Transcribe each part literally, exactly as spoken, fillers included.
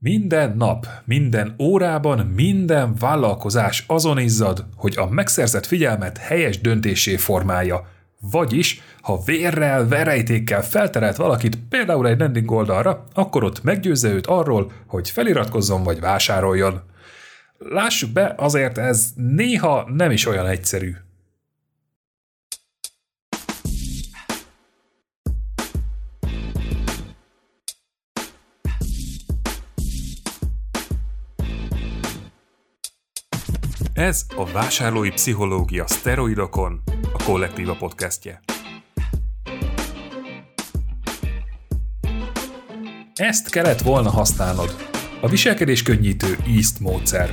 Minden nap, minden órában, minden vállalkozás azon izzad, hogy a megszerzett figyelmet helyes döntésé formálja. Vagyis, ha vérrel, verejtékkel felterelt valakit például egy landing oldalra, akkor ott meggyőzze őt arról, hogy feliratkozzon vagy vásároljon. Lássuk be, azért ez néha nem is olyan egyszerű. Ez a Vásárlói Pszichológia szteroidokon, a Kollektíva podcastje. Ezt kellett volna használnod. A viselkedés könnyítő ízt módszer.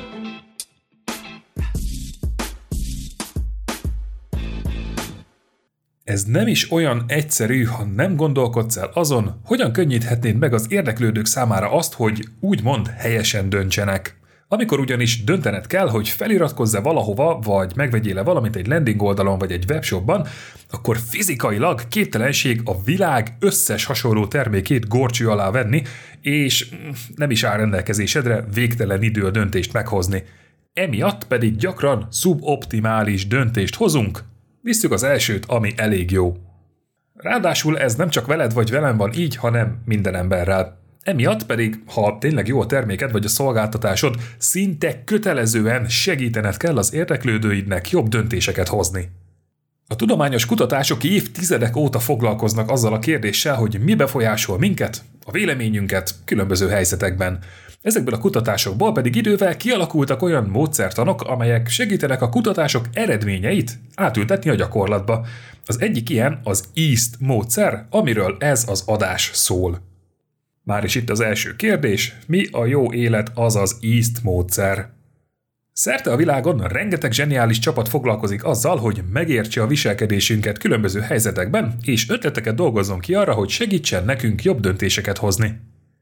Ez nem is olyan egyszerű, ha nem gondolkodsz el azon, hogyan könnyíthetnéd meg az érdeklődők számára azt, hogy úgymond helyesen döntsenek. Amikor ugyanis döntened kell, hogy feliratkozz-e valahova, vagy megvegyél-e valamit egy landing oldalon, vagy egy webshopban, akkor fizikailag képtelenség a világ összes hasonló termékét górcső alá venni, és nem is áll rendelkezésedre végtelen idő a döntést meghozni. Emiatt pedig gyakran szuboptimális döntést hozunk. Visszük az elsőt, ami elég jó. Ráadásul ez nem csak veled vagy velem van így, hanem minden emberrel. Emiatt pedig, ha tényleg jó a terméked vagy a szolgáltatásod, szinte kötelezően segítened kell az érdeklődőidnek jobb döntéseket hozni. A tudományos kutatások évtizedek óta foglalkoznak azzal a kérdéssel, hogy mi befolyásol minket, a véleményünket különböző helyzetekben. Ezekből a kutatásokból pedig idővel kialakultak olyan módszertanok, amelyek segítenek a kutatások eredményeit átültetni a gyakorlatba. Az egyik ilyen az ízt módszer, amiről ez az adás szól. Már is itt az első kérdés, mi a jó élet, azaz ízt módszer? Szerte a világon rengeteg zseniális csapat foglalkozik azzal, hogy megértse a viselkedésünket különböző helyzetekben, és ötleteket dolgozzon ki arra, hogy segítsen nekünk jobb döntéseket hozni.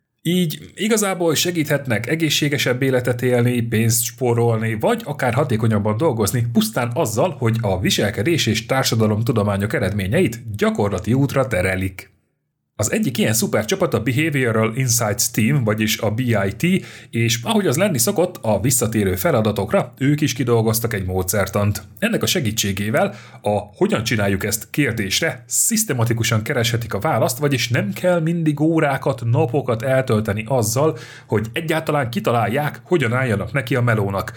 Így igazából segíthetnek egészségesebb életet élni, pénzt spórolni, vagy akár hatékonyabban dolgozni, pusztán azzal, hogy a viselkedés és társadalomtudományok eredményeit gyakorlati útra terelik. Az egyik ilyen szupercsapat a Behavioral Insights Team, vagyis a bé i té, és ahogy az lenni szokott, a visszatérő feladatokra ők is kidolgoztak egy módszertant. Ennek a segítségével a hogyan csináljuk ezt kérdésre szisztematikusan kereshetik a választ, vagyis nem kell mindig órákat, napokat eltölteni azzal, hogy egyáltalán kitalálják, hogyan álljanak neki a melónak.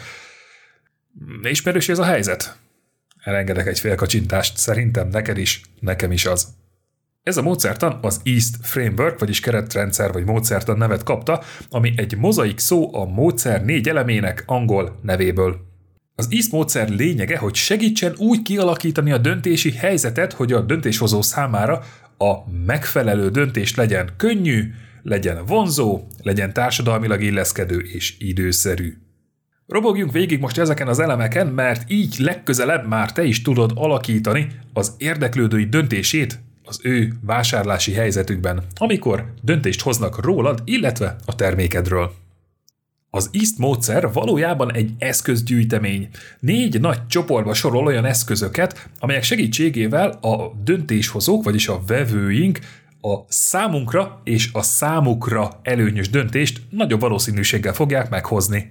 Ismerős ez a helyzet? Elengedek egy fél kacsintást, szerintem neked is, nekem is az. Ez a módszertan az ízt Framework, vagyis keretrendszer vagy módszertan nevet kapta, ami egy mozaik szó a módszer négy elemének angol nevéből. Az ízt módszer lényege, hogy segítsen úgy kialakítani a döntési helyzetet, hogy a döntéshozó számára a megfelelő döntés legyen könnyű, legyen vonzó, legyen társadalmilag illeszkedő és időszerű. Robogjunk végig most ezeken az elemeken, mert így legközelebb már te is tudod alakítani az érdeklődői döntését az ő vásárlási helyzetükben, amikor döntést hoznak rólad, illetve a termékedről. Az ízt módszer valójában egy eszközgyűjtemény. Négy nagy csoportba sorol olyan eszközöket, amelyek segítségével a döntéshozók, vagyis a vevőink a számunkra és a számukra előnyös döntést nagyobb valószínűséggel fogják meghozni.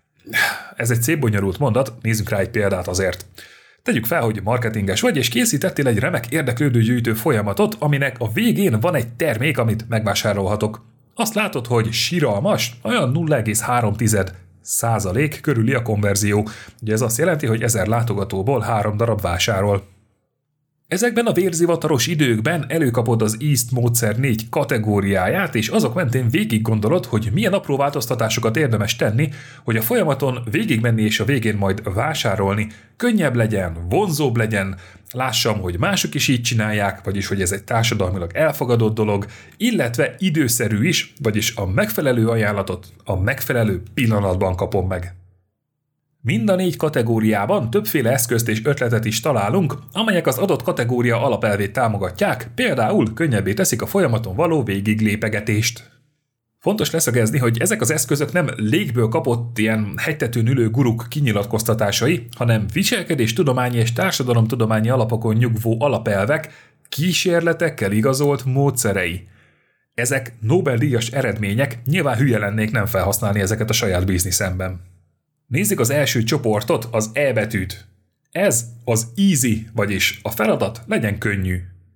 Ez egy szép bonyolult mondat, nézzünk rá egy példát azért. Tegyük fel, hogy marketinges vagy, és készítettél egy remek érdeklődőgyűjtő folyamatot, aminek a végén van egy termék, amit megvásárolhatok. Azt látod, hogy siralmas, olyan nulla egész három százalék körüli a konverzió. Ugye ez azt jelenti, hogy ezer látogatóból három darab vásárol. Ezekben a vérzivataros időkben előkapod az ízt módszer négy kategóriáját, és azok mentén végig gondolod, hogy milyen apró változtatásokat érdemes tenni, hogy a folyamaton végigmenni és a végén majd vásárolni könnyebb legyen, vonzóbb legyen, lássam, hogy mások is így csinálják, vagyis hogy ez egy társadalmilag elfogadott dolog, illetve időszerű is, vagyis a megfelelő ajánlatot a megfelelő pillanatban kapom meg. Mind a négy kategóriában többféle eszközt és ötletet is találunk, amelyek az adott kategória alapelvét támogatják, például könnyebbé teszik a folyamaton való végiglépegetést. Fontos leszögezni, hogy ezek az eszközök nem légből kapott ilyen hegytetőn ülő guruk kinyilatkoztatásai, hanem viselkedéstudományi és társadalomtudományi alapokon nyugvó alapelvek, kísérletekkel igazolt módszerei. Ezek Nobel-díjas eredmények, nyilván hülye lennék nem felhasználni ezeket a saját bizniszemben. Nézzük az első csoportot, az E betűt. Ez az easy, vagyis a feladat legyen könnyű.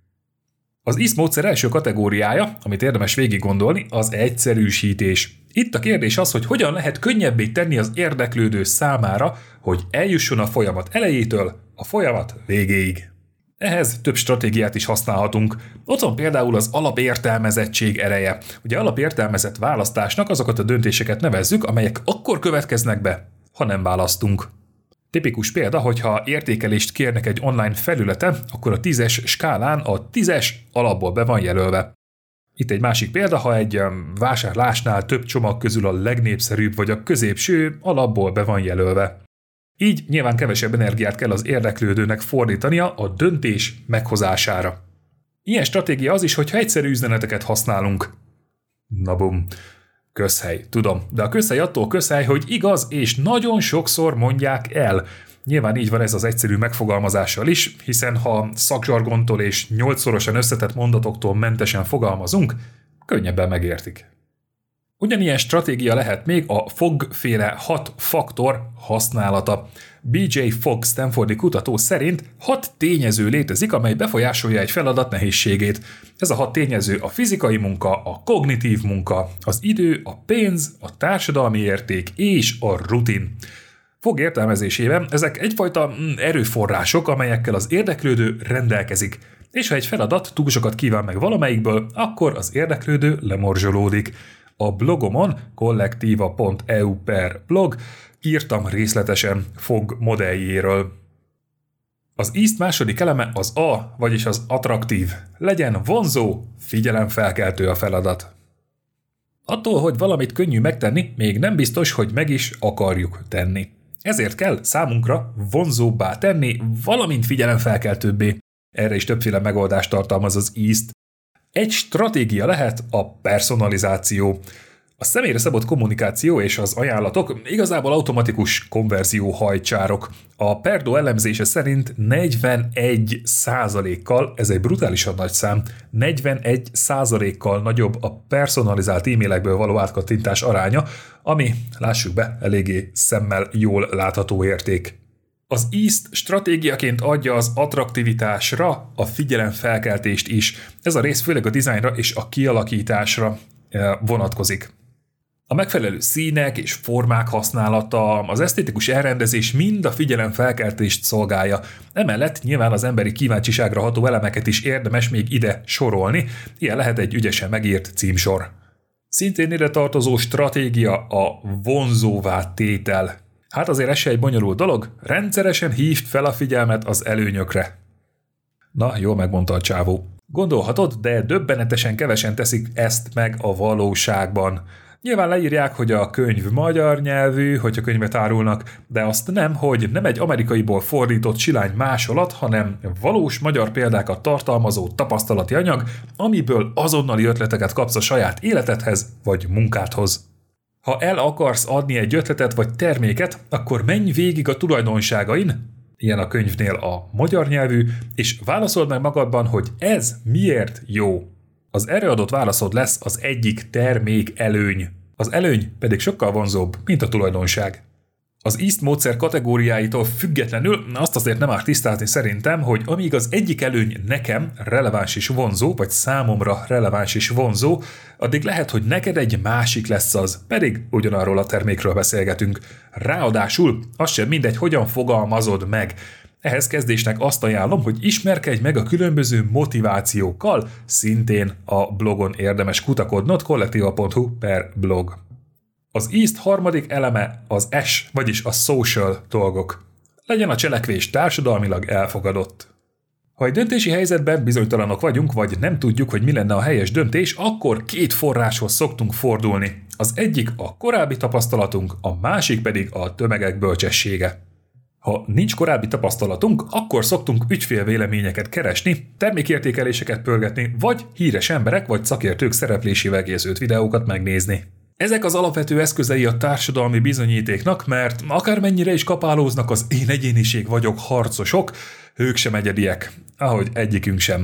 Az í es módszer első kategóriája, amit érdemes végig gondolni, az egyszerűsítés. Itt a kérdés az, hogy hogyan lehet könnyebbé tenni az érdeklődő számára, hogy eljusson a folyamat elejétől a folyamat végéig. Ehhez több stratégiát is használhatunk. Ott van például az alapértelmezettség ereje. Ugye alapértelmezett választásnak azokat a döntéseket nevezzük, amelyek akkor következnek be, ha nem választunk. Tipikus példa, hogyha értékelést kérnek egy online felületen, akkor a tízes skálán a tízes alapból be van jelölve. Itt egy másik példa, ha egy vásárlásnál több csomag közül a legnépszerűbb vagy a középső alapból be van jelölve. Így nyilván kevesebb energiát kell az érdeklődőnek fordítania a döntés meghozására. Ilyen stratégia az is, hogyha egyszerű üzeneteket használunk. Na bum. Közhely, tudom, de a közhely attól közhely, hogy igaz és nagyon sokszor mondják el. Nyilván így van ez az egyszerű megfogalmazással is, hiszen ha szakzsargontól és nyolcszorosan összetett mondatoktól mentesen fogalmazunk, könnyebben megértik. Ugyanilyen stratégia lehet még a Fogg-féle hat faktor használata. bé jé Fogg stanfordi kutató szerint hat tényező létezik, amely befolyásolja egy feladat nehézségét. Ez a hat tényező a fizikai munka, a kognitív munka, az idő, a pénz, a társadalmi érték és a rutin. Fogg értelmezésében ezek egyfajta erőforrások, amelyekkel az érdeklődő rendelkezik, és ha egy feladat túl sokat kíván meg valamelyikből, akkor az érdeklődő lemorzsolódik. A blogomon kollektíva pont e u per blog írtam részletesen Fogg modelljéről. Az í es té második eleme az A, vagyis az attraktív. Legyen vonzó, figyelemfelkeltő a feladat. Attól, hogy valamit könnyű megtenni, még nem biztos, hogy meg is akarjuk tenni. Ezért kell számunkra vonzóbbá tenni, valamint figyelemfelkeltőbbé. Erre is többféle megoldást tartalmaz az í es té. Egy stratégia lehet a personalizáció. A személyre szabott kommunikáció és az ajánlatok igazából automatikus konverzióhajcsárok. A Perdo elemzése szerint negyvenegy százalékkal, ez egy brutálisan nagy szám, negyvenegy százalékkal nagyobb a personalizált e-mailekből való átkattintás aránya, ami, lássuk be, eléggé szemmel jól látható érték. Az í es té stratégiaként adja az attraktivitásra a figyelemfelkeltést is. Ez a rész főleg a dizájnra és a kialakításra vonatkozik. A megfelelő színek és formák használata, az esztétikus elrendezés mind a figyelemfelkeltést szolgálja. Emellett nyilván az emberi kíváncsiságra ható elemeket is érdemes még ide sorolni, ilyen lehet egy ügyesen megírt címsor. Szintén ide tartozó stratégia a vonzóvá tétel. Hát azért ez se egy bonyolult dolog, rendszeresen hívd fel a figyelmet az előnyökre. Na, jól megmondta a csávó. Gondolhatod, de döbbenetesen kevesen teszik ezt meg a valóságban. Nyilván leírják, hogy a könyv magyar nyelvű, hogyha könyvet árulnak, de azt nem, hogy nem egy amerikaiból fordított silány másolat, hanem valós magyar példákat tartalmazó tapasztalati anyag, amiből azonnali ötleteket kapsz a saját életedhez vagy munkádhoz. Ha el akarsz adni egy ötletet vagy terméket, akkor menj végig a tulajdonságain, ilyen a könyvnél a magyar nyelvű, és válaszold meg magadban, hogy ez miért jó. Az erre adott válaszod lesz az egyik termék előny. Az előny pedig sokkal vonzóbb, mint a tulajdonság. Az í es té módszer kategóriáitól függetlenül azt azért nem árt tisztázni szerintem, hogy amíg az egyik előny nekem releváns és vonzó, vagy számomra releváns és vonzó, addig lehet, hogy neked egy másik lesz az, pedig ugyanarról a termékről beszélgetünk. Ráadásul az sem mindegy, hogyan fogalmazod meg. Ehhez kezdésnek azt ajánlom, hogy ismerkedj meg a különböző motivációkkal, szintén a blogon érdemes kutakodnod, kollektíva pont hu per blog. Az í es té harmadik eleme az S, vagyis a social dolgok. Legyen a cselekvés társadalmilag elfogadott. Ha egy döntési helyzetben bizonytalanok vagyunk, vagy nem tudjuk, hogy mi lenne a helyes döntés, akkor két forráshoz szoktunk fordulni. Az egyik a korábbi tapasztalatunk, a másik pedig a tömegek bölcsessége. Ha nincs korábbi tapasztalatunk, akkor szoktunk ügyfélvéleményeket keresni, termékértékeléseket pörgetni, vagy híres emberek vagy szakértők szereplésével készült videókat megnézni. Ezek az alapvető eszközei a társadalmi bizonyítéknak, mert akármennyire is kapálóznak az én egyéniség vagyok harcosok, ők sem egyediek, ahogy egyikünk sem.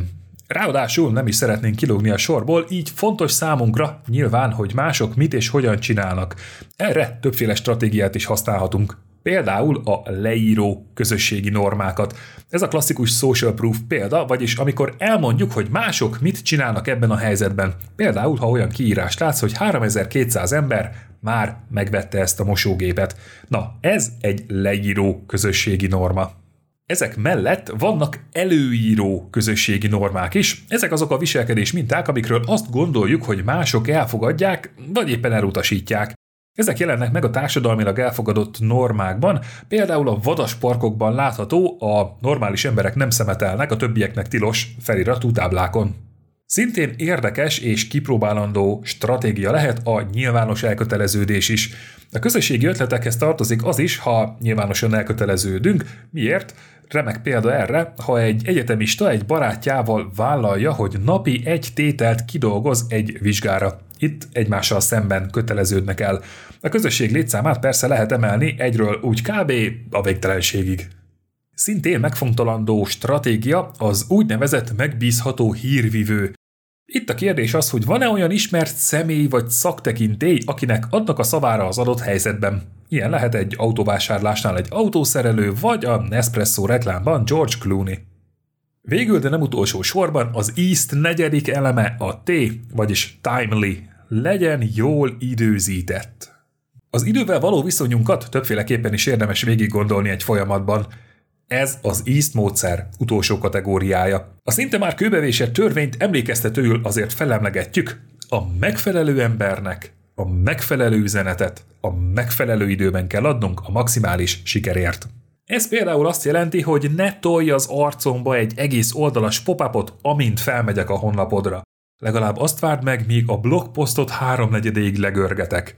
Ráadásul nem is szeretnénk kilógni a sorból, így fontos számunkra nyilván, hogy mások mit és hogyan csinálnak. Erre többféle stratégiát is használhatunk. Például a leíró közösségi normákat. Ez a klasszikus social proof példa, vagyis amikor elmondjuk, hogy mások mit csinálnak ebben a helyzetben. Például, ha olyan kiírást látsz, hogy háromezer-kétszáz ember már megvette ezt a mosógépet. Na, ez egy leíró közösségi norma. Ezek mellett vannak előíró közösségi normák is. Ezek azok a viselkedés minták, amikről azt gondoljuk, hogy mások elfogadják, vagy éppen elutasítják. Ezek jelennek meg a társadalmilag elfogadott normákban, például a vadasparkokban látható a normális emberek nem szemetelnek, a többieknek tilos feliratú táblákon. Szintén érdekes és kipróbálandó stratégia lehet a nyilvános elköteleződés is. A közösségi ötletekhez tartozik az is, ha nyilvánosan elköteleződünk. Miért? Remek példa erre, ha egy egyetemista egy barátjával vállalja, hogy napi egy tételt kidolgoz egy vizsgára. Itt egymással szemben köteleződnek el. A közösség létszámát persze lehet emelni egyről úgy kb. A végtelenségig. Szintén megfontolandó stratégia az úgynevezett megbízható hírvivő. Itt a kérdés az, hogy van-e olyan ismert személy vagy szaktekintély, akinek adnak a szavára az adott helyzetben. Ilyen lehet egy autóvásárlásnál egy autószerelő, vagy a Nespresso reklámban George Clooney. Végül, de nem utolsó sorban az East negyedik eleme a T, vagyis timely, legyen jól időzített. Az idővel való viszonyunkat többféleképpen is érdemes végig gondolni egy folyamatban. Ez az East módszer utolsó kategóriája. A szinte már kőbevésett törvényt emlékeztetőül azért felemlegetjük. A megfelelő embernek a megfelelő üzenetet a megfelelő időben kell adnunk a maximális sikerért. Ez például azt jelenti, hogy ne tolj az arcomba egy egész oldalas pop-upot, amint felmegyek a honlapodra. Legalább azt várd meg, míg a blogposztot háromnegyedéig legörgetek.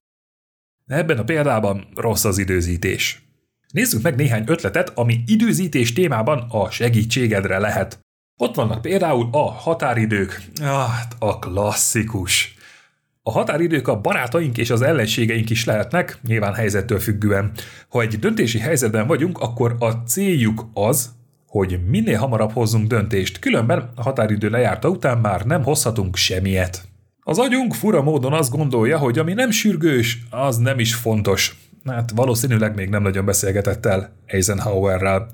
Ebben a példában rossz az időzítés. Nézzük meg néhány ötletet, ami időzítés témában a segítségedre lehet. Ott vannak például a határidők. Ah, a klasszikus. A határidők a barátaink és az ellenségeink is lehetnek, nyilván helyzettől függően. Ha egy döntési helyzetben vagyunk, akkor a céljuk az, hogy minél hamarabb hozzunk döntést, különben a határidő lejárta után már nem hozhatunk semmiet. Az agyunk fura módon azt gondolja, hogy ami nem sürgős, az nem is fontos. Hát valószínűleg még nem nagyon beszélgetett el Eisenhowerrel,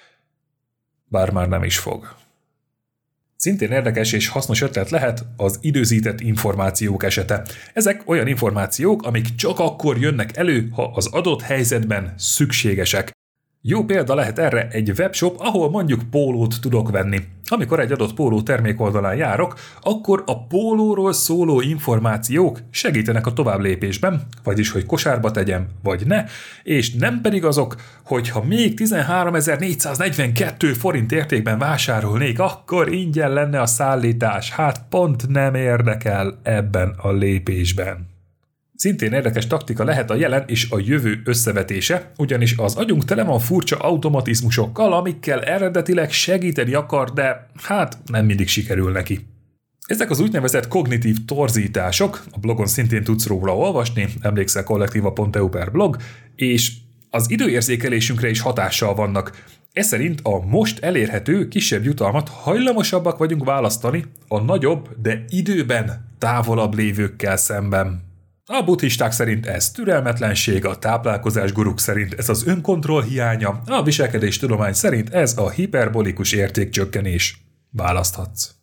bár már nem is fog. Szintén érdekes és hasznos ötlet lehet az időzített információk esete. Ezek olyan információk, amik csak akkor jönnek elő, ha az adott helyzetben szükségesek. Jó példa lehet erre egy webshop, ahol mondjuk pólót tudok venni. Amikor egy adott póló termékoldalán járok, akkor a pólóról szóló információk segítenek a továbblépésben, vagyis hogy kosárba tegyem, vagy ne, és nem pedig azok, hogy ha még tizenháromezer-négyszáznegyvenkettő forint értékben vásárolnék, akkor ingyen lenne a szállítás. Hát pont nem érdekel ebben a lépésben. Szintén érdekes taktika lehet a jelen és a jövő összevetése, ugyanis az agyunk tele van furcsa automatizmusokkal, amikkel eredetileg segíteni akar, de hát nem mindig sikerül neki. Ezek az úgynevezett kognitív torzítások, a blogon szintén tudsz róla olvasni, emlékszel kollektíva pont e u per blog, és az időérzékelésünkre is hatással vannak. Ez szerint a most elérhető kisebb jutalmat hajlamosabbak vagyunk választani a nagyobb, de időben távolabb lévőkkel szemben. A buddhisták szerint ez türelmetlenség, a táplálkozás guruk szerint ez az önkontroll hiánya, a viselkedés tudomány szerint ez a hiperbolikus értékcsökkenés. Választhatsz.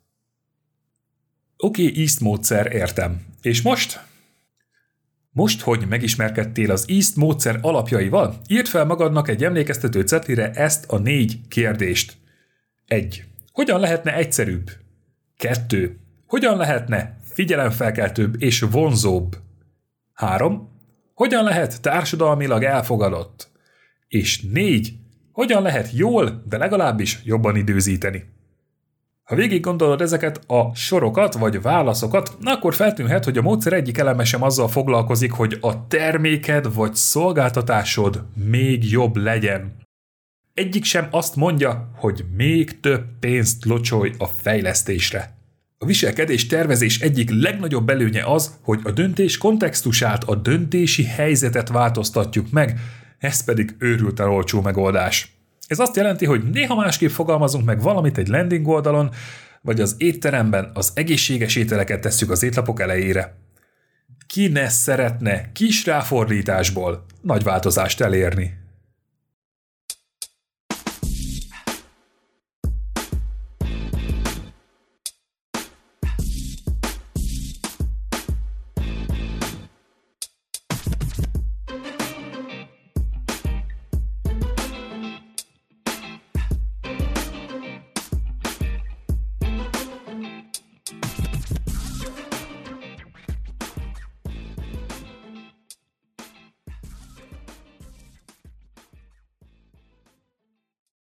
Oké, okay, East módszer, értem. És most? Most, hogy megismerkedtél az East módszer alapjaival, írd fel magadnak egy emlékeztető cetlire ezt a négy kérdést. egy. Hogyan lehetne egyszerűbb? kettő. Hogyan lehetne figyelemfelkeltőbb és vonzóbb? három. Hogyan lehet társadalmilag elfogadott? És négy. Hogyan lehet jól, de legalábbis jobban időzíteni? Ha végig gondolod ezeket a sorokat vagy válaszokat, akkor feltűnhet, hogy a módszer egyik eleme sem azzal foglalkozik, hogy a terméked vagy szolgáltatásod még jobb legyen. Egyik sem azt mondja, hogy még több pénzt locsolj a fejlesztésre. A viselkedés tervezés egyik legnagyobb előnye az, hogy a döntés kontextusát, a döntési helyzetet változtatjuk meg, ez pedig őrülten olcsó megoldás. Ez azt jelenti, hogy néha másképp fogalmazunk meg valamit egy landing oldalon, vagy az étteremben az egészséges ételeket tesszük az étlapok elejére. Ki ne szeretne kis ráfordításból nagy változást elérni?